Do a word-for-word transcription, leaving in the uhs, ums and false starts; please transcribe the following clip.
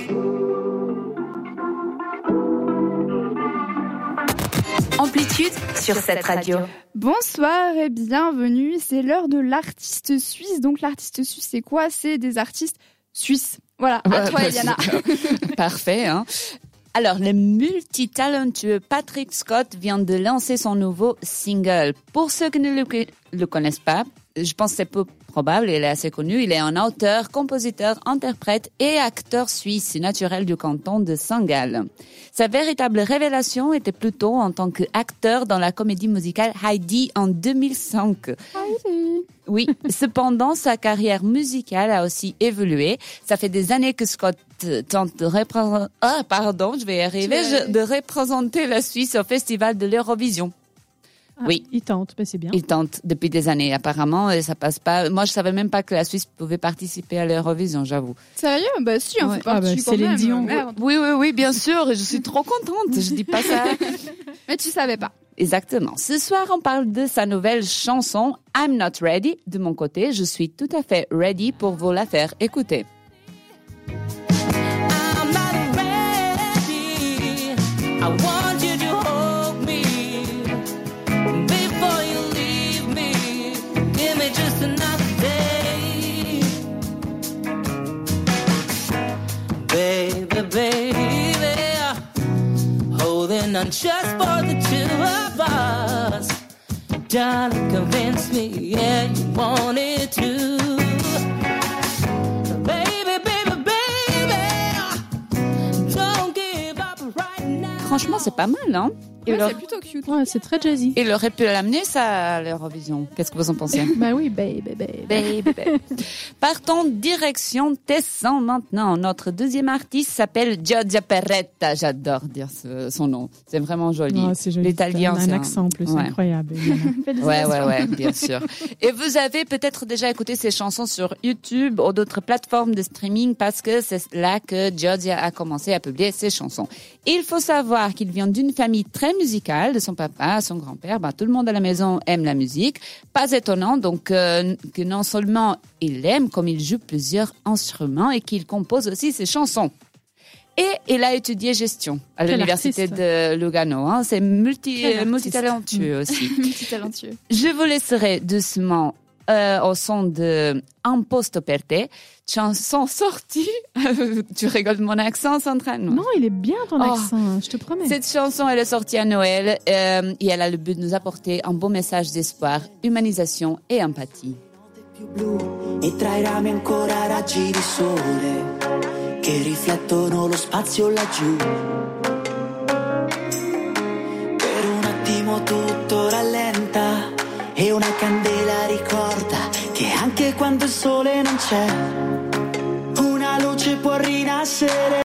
Amplitude sur cette radio. Bonsoir et bienvenue, c'est l'heure de l'artiste suisse. Donc l'artiste suisse, c'est quoi ? C'est des artistes suisses. Voilà, à Ouais, toi bah, Eliana. Parfait, hein. Alors, le multitalentueux Patrick Scott vient de lancer son nouveau single. Pour ceux qui ne le, le connaissent pas, je pense que c'est peu probable, il est assez connu. Il est un auteur, compositeur, interprète et acteur suisse naturel du canton de Saint-Gall. Sa véritable révélation était plutôt en tant qu'acteur dans la comédie musicale Heidi en deux mille cinq. Heidi. Oui, cependant, sa carrière musicale a aussi évolué. Ça fait des années que Scott tente de représenter, ah, pardon, je vais y arriver, je, de représenter la Suisse au Festival de l'Eurovision. Ah, oui. Il tente, mais c'est bien. Il tente depuis des années, apparemment, et ça passe pas. Moi, je savais même pas que la Suisse pouvait participer à l'Eurovision, j'avoue. Sérieux ? Bah si, on Ouais. fait partie Ah bah, quand Céline même. Dion. Merde. Oui, oui, oui, bien sûr, et je suis trop contente. Je dis pas ça. Mais tu savais pas. Exactement. Ce soir, on parle de sa nouvelle chanson I'm Not Ready. De mon côté, je suis tout à fait ready pour vous la faire écouter. I'm not ready. I want you to hold me before you leave me. Give me just another day, baby, baby. Holding on just for the two of us. Darling, convince me, yeah, you wanted to. Franchement, c'est pas mal, hein? Ouais, Il, a- c'est plutôt cute. Ouais, c'est très jazzy. il aurait pu l'amener, ça, à l'Eurovision. Qu'est-ce que vous en pensez? Bah oui, baby, baby. Baby, baby. Partons direction Tessan maintenant. Notre deuxième artiste s'appelle Giorgia Perretta. J'adore dire ce- son nom. C'est vraiment joli. Oh, c'est joli. L'italien, un c'est accent en plus, ouais. incroyable. Ouais, ouais, ouais, bien sûr. Et vous avez peut-être déjà écouté ses chansons sur YouTube ou d'autres plateformes de streaming parce que c'est là que Giorgia a commencé à publier ses chansons. Il faut savoir qu'il vient d'une famille très musicale, de son papa à son grand-père. Ben, tout le monde à la maison aime la musique. Pas étonnant, donc, euh, que non seulement il l'aime, comme il joue plusieurs instruments et qu'il compose aussi ses chansons. Et il a étudié gestion à Quel l'université artiste. de Lugano. Hein. C'est multi, Quel euh, artiste. multitalentueux aussi. Petit talentueux. Je vous laisserai doucement euh, au son de Un posto per te, chanson sortie. Tu rigoles de mon accent, Sandra? Non, il est bien ton Oh. accent, je te promets. Cette chanson, elle est sortie à Noël euh, et elle a le but de nous apporter un beau message d'espoir, humanisation et empathie. più blu e tra i rami ancora raggi di sole che riflettono lo spazio laggiù. Per un attimo tutto rallenta e una candela ricorda che anche quando il sole non c'è, una luce può rinascere.